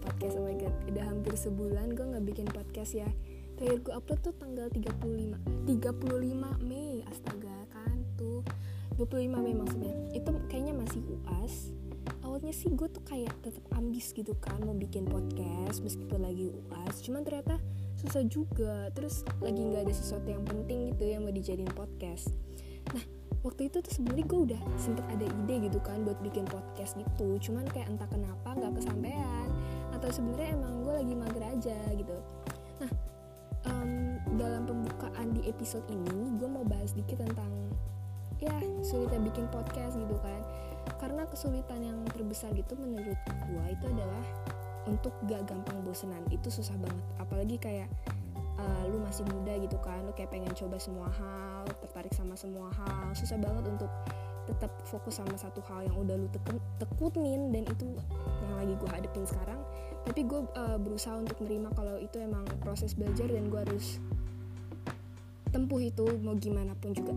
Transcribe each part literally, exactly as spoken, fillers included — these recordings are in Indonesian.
podcast. Oh my god, udah hampir sebulan gue gak bikin podcast ya. Terakhir gue upload tuh tanggal tiga puluh lima Mei. Astaga, kan tuh dua puluh lima Mei maksudnya. Itu kayaknya masih U A S. Awalnya sih gue tuh kayak tetap ambis gitu kan, mau bikin podcast meskipun lagi U A S. Cuman ternyata susah juga. Terus lagi gak ada sesuatu yang penting gitu yang mau dijadiin podcast. Nah, waktu itu tuh sebenarnya gue udah sempet ada ide gitu kan buat bikin podcast gitu. Cuman kayak entah kenapa gak kesampean, atau sebenarnya emang gue lagi mager aja gitu. Nah, um, dalam pembukaan di episode ini gue mau bahas dikit tentang ya sulitnya bikin podcast gitu kan. Karena kesulitan yang terbesar gitu menurut gue itu adalah untuk gak gampang bosenan. Itu susah banget, apalagi kayak uh, lu masih muda gitu kan, lu kayak pengen coba semua hal, tertarik sama semua hal. Susah banget untuk tetap fokus sama satu hal yang udah lu teken, tekunin, dan itu yang lagi gue hadepin sekarang. Tapi gue uh, berusaha untuk nerima kalau itu emang proses belajar dan gue harus tempuh itu mau gimana pun juga.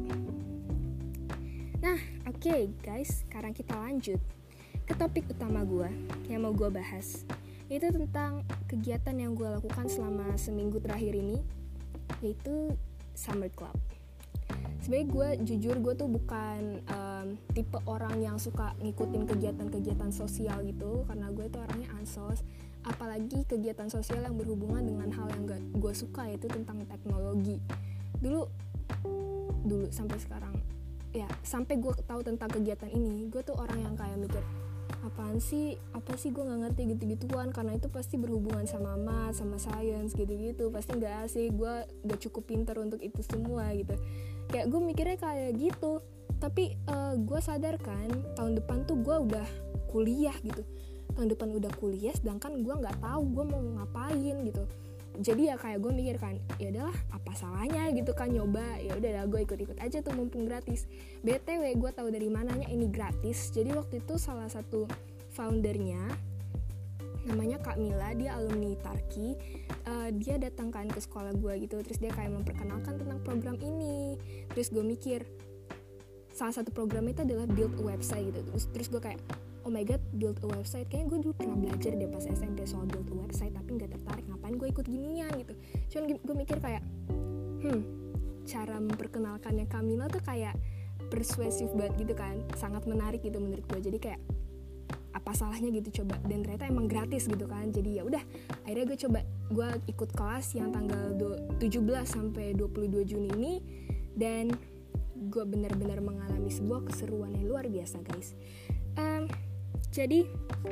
Nah, oke okay, guys, sekarang kita lanjut ke topik utama gue yang mau gue bahas. Itu tentang kegiatan yang gue lakukan selama seminggu terakhir ini, yaitu Summer Club. Sebenarnya gue jujur, gue tuh bukan um, tipe orang yang suka ngikutin kegiatan-kegiatan sosial gitu, karena gue tuh orangnya ansos. Apalagi kegiatan sosial yang berhubungan dengan hal yang gak gue suka, yaitu tentang teknologi. Dulu, dulu sampai sekarang, ya sampai gue tahu tentang kegiatan ini, gue tuh orang yang kayak mikir, apaan sih, apa sih gue nggak ngerti gitu-gituan, karena itu pasti berhubungan sama math, sama science gitu-gitu, pasti nggak asik, gue gak cukup pintar untuk itu semua gitu. Kayak gue mikirnya kayak gitu, tapi uh, gue sadar kan tahun depan tuh gue udah kuliah gitu, tahun depan udah kuliah, sedangkan gue nggak tahu gue mau ngapain gitu. Jadi ya kayak gue mikir kan, ya udahlah, apa salahnya gitu kan nyoba, ya udahlah gue ikut-ikut aja tuh mumpung gratis. B T W gue tahu dari mananya ini gratis. Jadi waktu itu salah satu foundernya namanya Kak Mila, dia alumni Tarki. Uh, dia datang kan ke sekolah gue gitu, terus dia kayak memperkenalkan tentang program ini. Terus gue mikir, salah satu programnya itu adalah build a website gitu. Terus, terus gue kayak, oh my god, build a website, kayaknya gue dulu pernah belajar deh pas S M P soal build a website, tapi gak tertarik, ngapain gue ikut ginian gitu. Cuman gue mikir kayak, hmm, cara memperkenalkannya Kamila tuh kayak persuasif banget gitu kan, sangat menarik gitu menurut gue. Jadi kayak, apa salahnya gitu coba, dan ternyata emang gratis gitu kan. Jadi ya udah, akhirnya gue coba, gue ikut kelas yang tanggal tujuh belas sampai dua puluh dua Juni ini, dan gue benar-benar mengalami sebuah keseruan yang luar biasa guys. Um, Jadi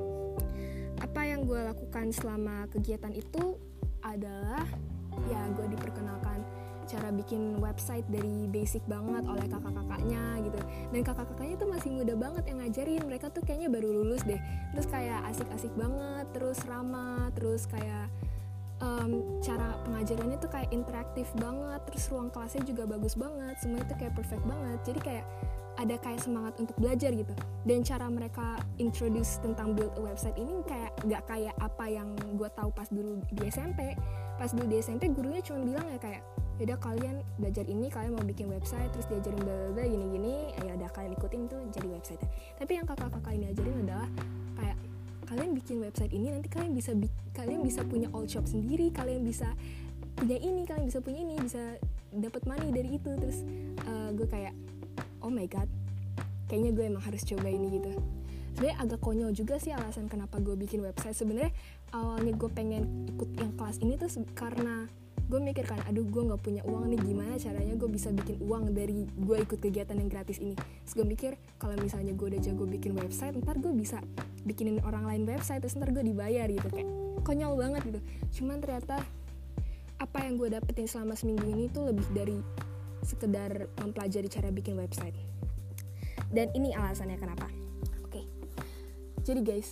apa yang gue lakukan selama kegiatan itu adalah ya gue diperkenalkan cara bikin website dari basic banget oleh kakak-kakaknya gitu. Dan kakak-kakaknya tuh masih muda banget yang ngajarin, mereka tuh kayaknya baru lulus deh. Terus kayak asik-asik banget, terus ramah, terus kayak um, cara pengajarannya tuh kayak interaktif banget, terus ruang kelasnya juga bagus banget, semuanya tuh kayak perfect banget. Jadi kayak ada kayak semangat untuk belajar gitu. Dan cara mereka introduce tentang build a website ini kayak gak kayak apa yang gue tahu pas dulu di S M P. Pas dulu di S M P gurunya cuma bilang ya kayak, yaudah kalian belajar ini, kalian mau bikin website, terus diajarin bla bla bla gini-gini, ya udah kalian ikutin tuh jadi website. Tapi yang kakak-kakak ini ajarin adalah kayak, kalian bikin website ini nanti kalian bisa bi- kalian bisa punya all shop sendiri, kalian bisa punya ini, kalian bisa punya ini, bisa dapat money dari itu. Terus uh, gue kayak, oh my god, kayaknya gue emang harus coba ini gitu. Sebenarnya agak konyol juga sih alasan kenapa gue bikin website. Sebenarnya awalnya gue pengen ikut yang kelas ini tuh karena gue mikir kan, aduh gue nggak punya uang nih, gimana caranya gue bisa bikin uang dari gue ikut kegiatan yang gratis ini. Terus gue mikir kalau misalnya gue udah jago bikin website, ntar gue bisa bikinin orang lain website, terus ntar gue dibayar gitu. Kayak konyol banget gitu. Cuman ternyata apa yang gue dapetin selama seminggu ini tuh lebih dari sekedar mempelajari cara bikin website. Dan ini alasannya kenapa. Oke, okay. Jadi guys,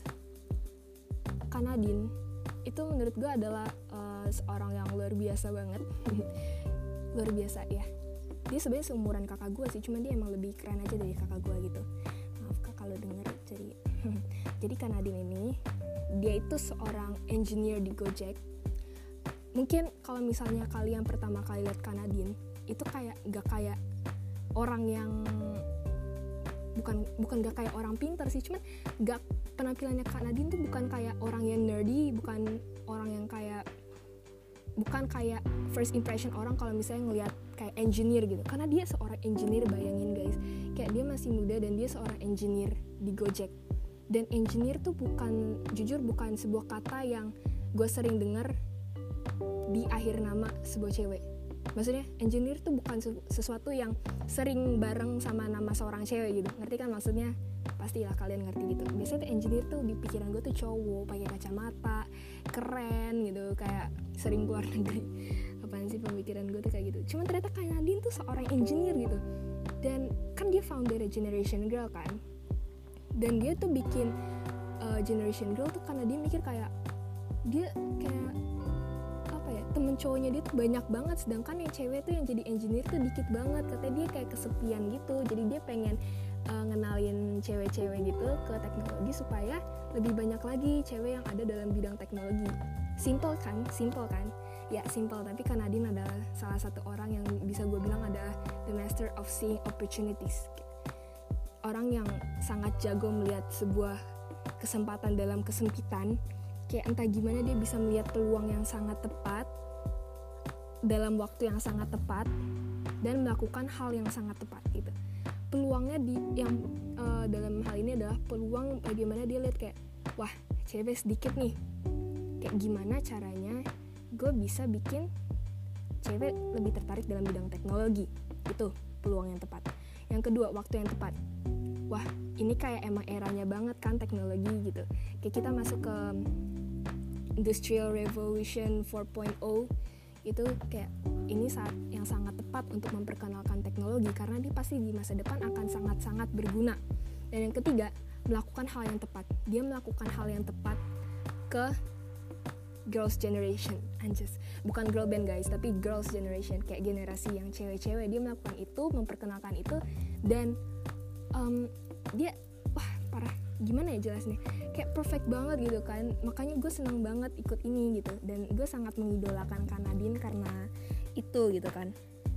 Kak Nadine itu menurut gue adalah uh, seorang yang luar biasa banget. Luar biasa ya. Dia sebenarnya seumuran kakak gue sih, cuman dia emang lebih keren aja dari kakak gue gitu. Maaf kak kalau denger. Jadi jadi Kak Nadine ini, dia itu seorang engineer di Gojek. Mungkin kalau misalnya kalian pertama kali lihat Kak Nadine, itu kayak gak kayak orang yang bukan bukan gak kayak orang pintar sih, cuman gak, penampilannya Kak Nadine tuh bukan kayak orang yang nerdy, bukan orang yang kayak bukan kayak first impression orang kalau misalnya ngelihat kayak engineer gitu, karena dia seorang engineer, bayangin guys, kayak dia masih muda dan dia seorang engineer di Gojek. Dan engineer tuh bukan, jujur bukan sebuah kata yang gue sering dengar di akhir nama sebuah cewek. Maksudnya engineer tuh bukan sesuatu yang sering bareng sama nama seorang cewek gitu, ngerti kan maksudnya? Pastilah kalian ngerti gitu. Biasanya tuh engineer tuh di pikiran gue tuh cowok pakai kacamata, keren gitu, kayak sering keluar negeri. Apaan sih pemikiran gue tuh kayak gitu. Cuman ternyata Kak Nadine tuh seorang engineer gitu. Dan kan dia founder Generation Girl kan. Dan dia tuh bikin uh, Generation Girl tuh karena dia mikir kayak dia kayak apa ya, temen cowoknya dia tuh banyak banget, sedangkan yang cewek tuh yang jadi engineer tuh dikit banget. Katanya dia kayak kesepian gitu. Jadi dia pengen uh, ngenalin cewek-cewek gitu ke teknologi supaya lebih banyak lagi cewek yang ada dalam bidang teknologi. Simple kan? Simple kan? Ya simple, tapi Kak Nadine adalah salah satu orang yang bisa gue bilang adalah the master of seeing opportunities. Orang yang sangat jago melihat sebuah kesempatan dalam kesempitan. Kayak entah gimana dia bisa melihat peluang yang sangat tepat dalam waktu yang sangat tepat dan melakukan hal yang sangat tepat gitu. Peluangnya di yang uh, dalam hal ini adalah peluang bagaimana dia lihat kayak, wah cewek sedikit nih, kayak gimana caranya gue bisa bikin cewek lebih tertarik dalam bidang teknologi. Itu peluang yang tepat. Yang kedua, waktu yang tepat. Wah ini kayak emang eranya banget kan teknologi gitu. Kayak kita masuk ke Industrial Revolution four point oh, itu kayak ini saat yang sangat tepat untuk memperkenalkan teknologi, karena dia pasti di masa depan akan sangat-sangat berguna. Dan yang ketiga, melakukan hal yang tepat. Dia melakukan hal yang tepat ke girls generation, anjir, bukan girl band guys, tapi girls generation, kayak generasi yang cewek-cewek. Dia melakukan itu, memperkenalkan itu, dan um, dia wah parah, gimana ya jelasnya, kayak perfect banget gitu kan. Makanya gue seneng banget ikut ini gitu, dan gue sangat mengidolakan Kak Nadine karena itu gitu kan.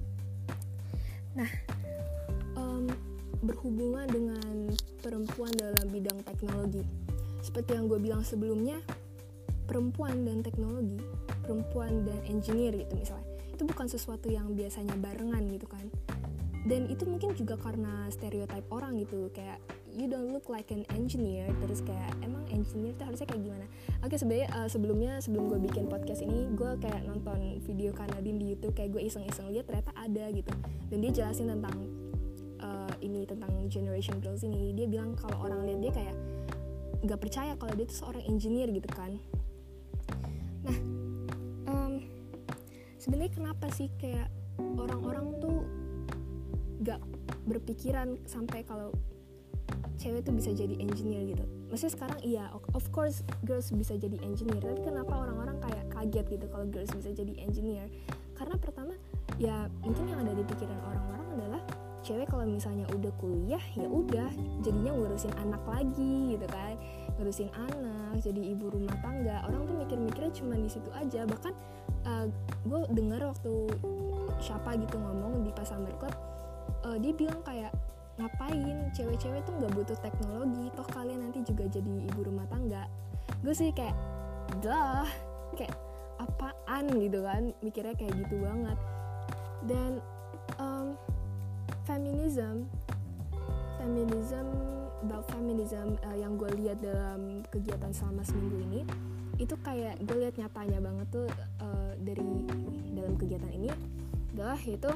Nah um, berhubungan dengan perempuan dalam bidang teknologi, seperti yang gue bilang sebelumnya, perempuan dan teknologi, perempuan dan engineer gitu misalnya, itu bukan sesuatu yang biasanya barengan gitu kan. Dan itu mungkin juga karena stereotype orang gitu, kayak you don't look like an engineer, terus kayak emang engineer tuh harusnya kayak gimana. Oke, sebenarnya uh, sebelumnya sebelum gue bikin podcast ini, gue kayak nonton video Kak Nadine di YouTube, kayak gue iseng-iseng lihat ternyata ada gitu, dan dia jelasin tentang uh, ini, tentang Generation Girls ini. Dia bilang kalau orang lihat dia kayak nggak percaya kalau dia tuh seorang engineer gitu kan. Nah, um, sebenarnya kenapa sih kayak orang-orang tuh gak berpikiran sampai kalau cewek tuh bisa jadi engineer gitu. Maksudnya sekarang iya, of course girls bisa jadi engineer, tapi kenapa orang-orang kayak kaget gitu kalau girls bisa jadi engineer? Karena pertama, ya mungkin yang ada di pikiran orang-orang adalah cewek kalau misalnya udah kuliah ya udah jadinya ngurusin anak lagi gitu kan, ngurusin anak, jadi ibu rumah tangga. Orang tuh mikir-mikirnya cuma di situ aja. Bahkan uh, gue dengar waktu siapa gitu ngomong di pas summer club, uh, dia bilang kayak ngapain cewek-cewek tuh nggak butuh teknologi, toh kalian nanti juga jadi ibu rumah tangga. Gue sih kayak dah, kayak apaan gitu kan, mikirnya kayak gitu banget. Dan um, feminism feminism about feminism uh, yang gue lihat dalam kegiatan selama seminggu ini, itu kayak gue lihat nyatanya banget tuh uh, dari dalam kegiatan ini adalah itu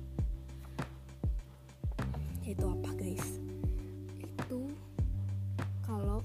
itu apa guys, itu kalau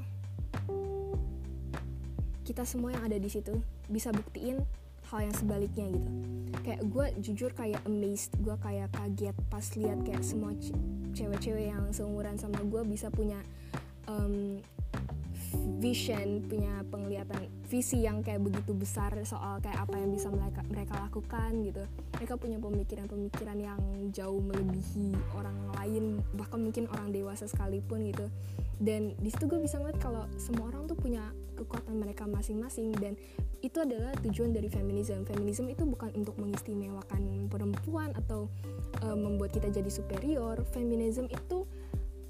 kita semua yang ada di situ bisa buktiin hal yang sebaliknya gitu. Kayak gue jujur kayak amazed, gue kayak kaget pas lihat kayak semua c- cewek-cewek yang seumuran sama gue bisa punya um, vision, punya penglihatan, visi yang kayak begitu besar soal kayak apa yang bisa mereka, mereka lakukan gitu. Mereka punya pemikiran-pemikiran yang jauh melebihi orang lain, bahkan mungkin orang dewasa sekalipun gitu. Dan di situ gue bisa ngeliat kalau semua orang tuh punya kekuatan mereka masing-masing, dan itu adalah tujuan dari feminism. Feminism itu bukan untuk mengistimewakan perempuan atau uh, membuat kita jadi superior. Feminism itu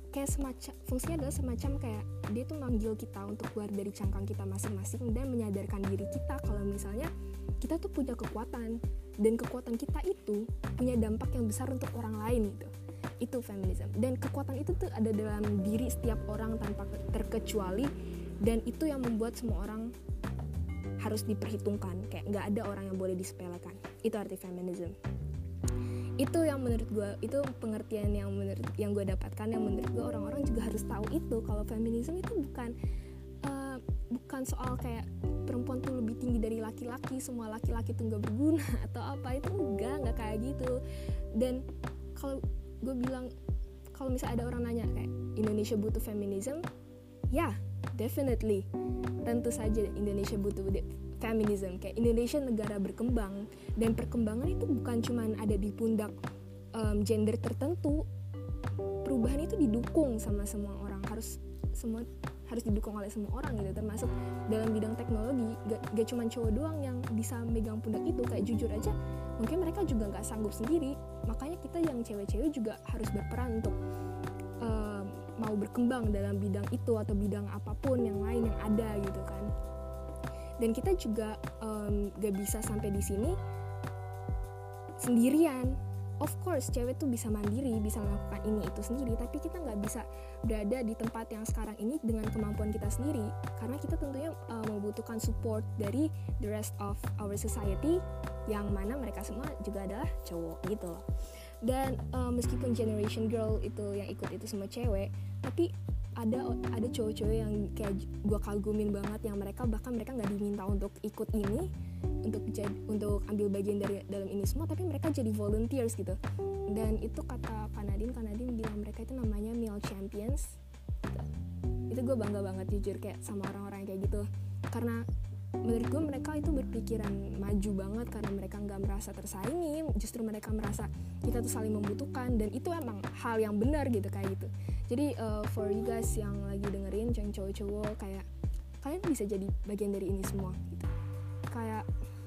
kayak semacam fungsinya adalah semacam kayak dia tuh manggil kita untuk keluar dari cangkang kita masing-masing dan menyadarkan diri kita kalau misalnya kita tuh punya kekuatan dan kekuatan kita itu punya dampak yang besar untuk orang lain gitu. Itu feminism, dan kekuatan itu tuh ada dalam diri setiap orang tanpa terkecuali, dan itu yang membuat semua orang harus diperhitungkan, kayak nggak ada orang yang boleh disepelekan. Itu arti feminism. Itu yang menurut gue, itu pengertian yang menurut yang gue dapatkan, yang menurut gue orang-orang juga harus tahu itu kalau feminism itu bukan uh, bukan soal kayak perempuan tuh lebih tinggi dari laki-laki, semua laki-laki tuh nggak berguna atau apa, itu enggak nggak kayak gitu. Dan kalau gue bilang, kalau misalnya ada orang nanya kayak Indonesia butuh feminism, ya yeah, definitely, tentu saja Indonesia butuh feminism. Kayak Indonesia negara berkembang, dan perkembangan itu bukan cuman ada di pundak um, gender tertentu. Perubahan itu didukung sama semua orang, harus semua harus didukung oleh semua orang gitu, termasuk dalam bidang teknologi. Gak, gak cuma cowok doang yang bisa megang pundak itu. Kayak jujur aja, mungkin mereka juga gak sanggup sendiri. Makanya kita yang cewek-cewek juga harus berperan untuk uh, mau berkembang dalam bidang itu atau bidang apapun yang lain yang ada gitu kan. Dan kita juga um, gak bisa sampai di sini sendirian. Of course, cewek tuh bisa mandiri, bisa melakukan ini itu sendiri, tapi kita nggak bisa berada di tempat yang sekarang ini dengan kemampuan kita sendiri, karena kita tentunya uh, membutuhkan support dari the rest of our society, yang mana mereka semua juga adalah cowok gitu loh. Dan uh, meskipun generation girl itu yang ikut itu semua cewek, tapi ada ada cowok-cowok yang kayak gue kagumin banget, yang mereka bahkan mereka nggak diminta untuk ikut ini, untuk jadi, untuk ambil bagian dari dalam ini semua, tapi mereka jadi volunteers gitu. Dan itu kata Kanadin Kanadin bilang mereka itu namanya male champions gitu. Itu gue bangga banget jujur kayak sama orang-orang kayak gitu, karena menurut gue mereka itu berpikiran maju banget, karena mereka nggak merasa tersaingi, justru mereka merasa kita tuh saling membutuhkan, dan itu emang hal yang benar gitu kayak gitu. Jadi uh, for you guys yang lagi dengerin, yang cowok-cowok, kayak kalian bisa jadi bagian dari ini semua gitu. Kayak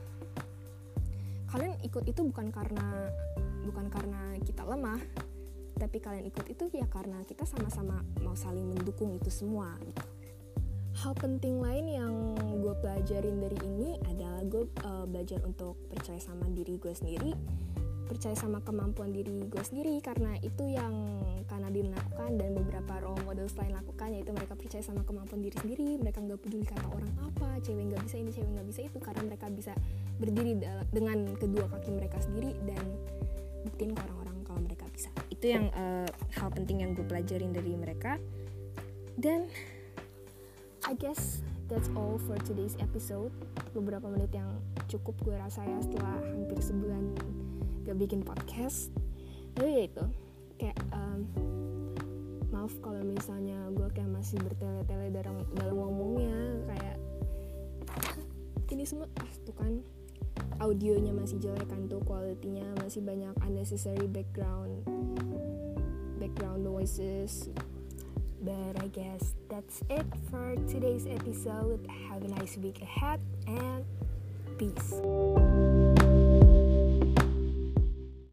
kalian ikut itu bukan karena bukan karena kita lemah, tapi kalian ikut itu ya karena kita sama-sama mau saling mendukung itu semua gitu. Hal penting lain yang gue pelajarin dari ini adalah gue uh, belajar untuk percaya sama diri gue sendiri, percaya sama kemampuan diri gue sendiri, karena itu yang Kanadin lakukan dan beberapa role model lain lakukan, yaitu mereka percaya sama kemampuan diri sendiri. Mereka nggak peduli kata orang apa, cewek nggak bisa ini, cewek nggak bisa itu, karena mereka bisa berdiri dal- dengan kedua kaki mereka sendiri dan buktiin ke orang-orang kalau mereka bisa. Itu yang uh, hal penting yang gue pelajarin dari mereka. Dan I guess that's all for today's episode. Beberapa menit yang cukup gue rasa ya setelah hampir sebulan gak bikin podcast. Tapi ya itu, kayak um, maaf kalau misalnya gue kayak masih bertele-tele dalam, dalam ngomongnya. Kayak ini semua, ah tuh kan audionya masih jelek kan tuh, quality-nya masih banyak unnecessary background background noises. But I guess that's it for today's episode. Have a nice week ahead and peace.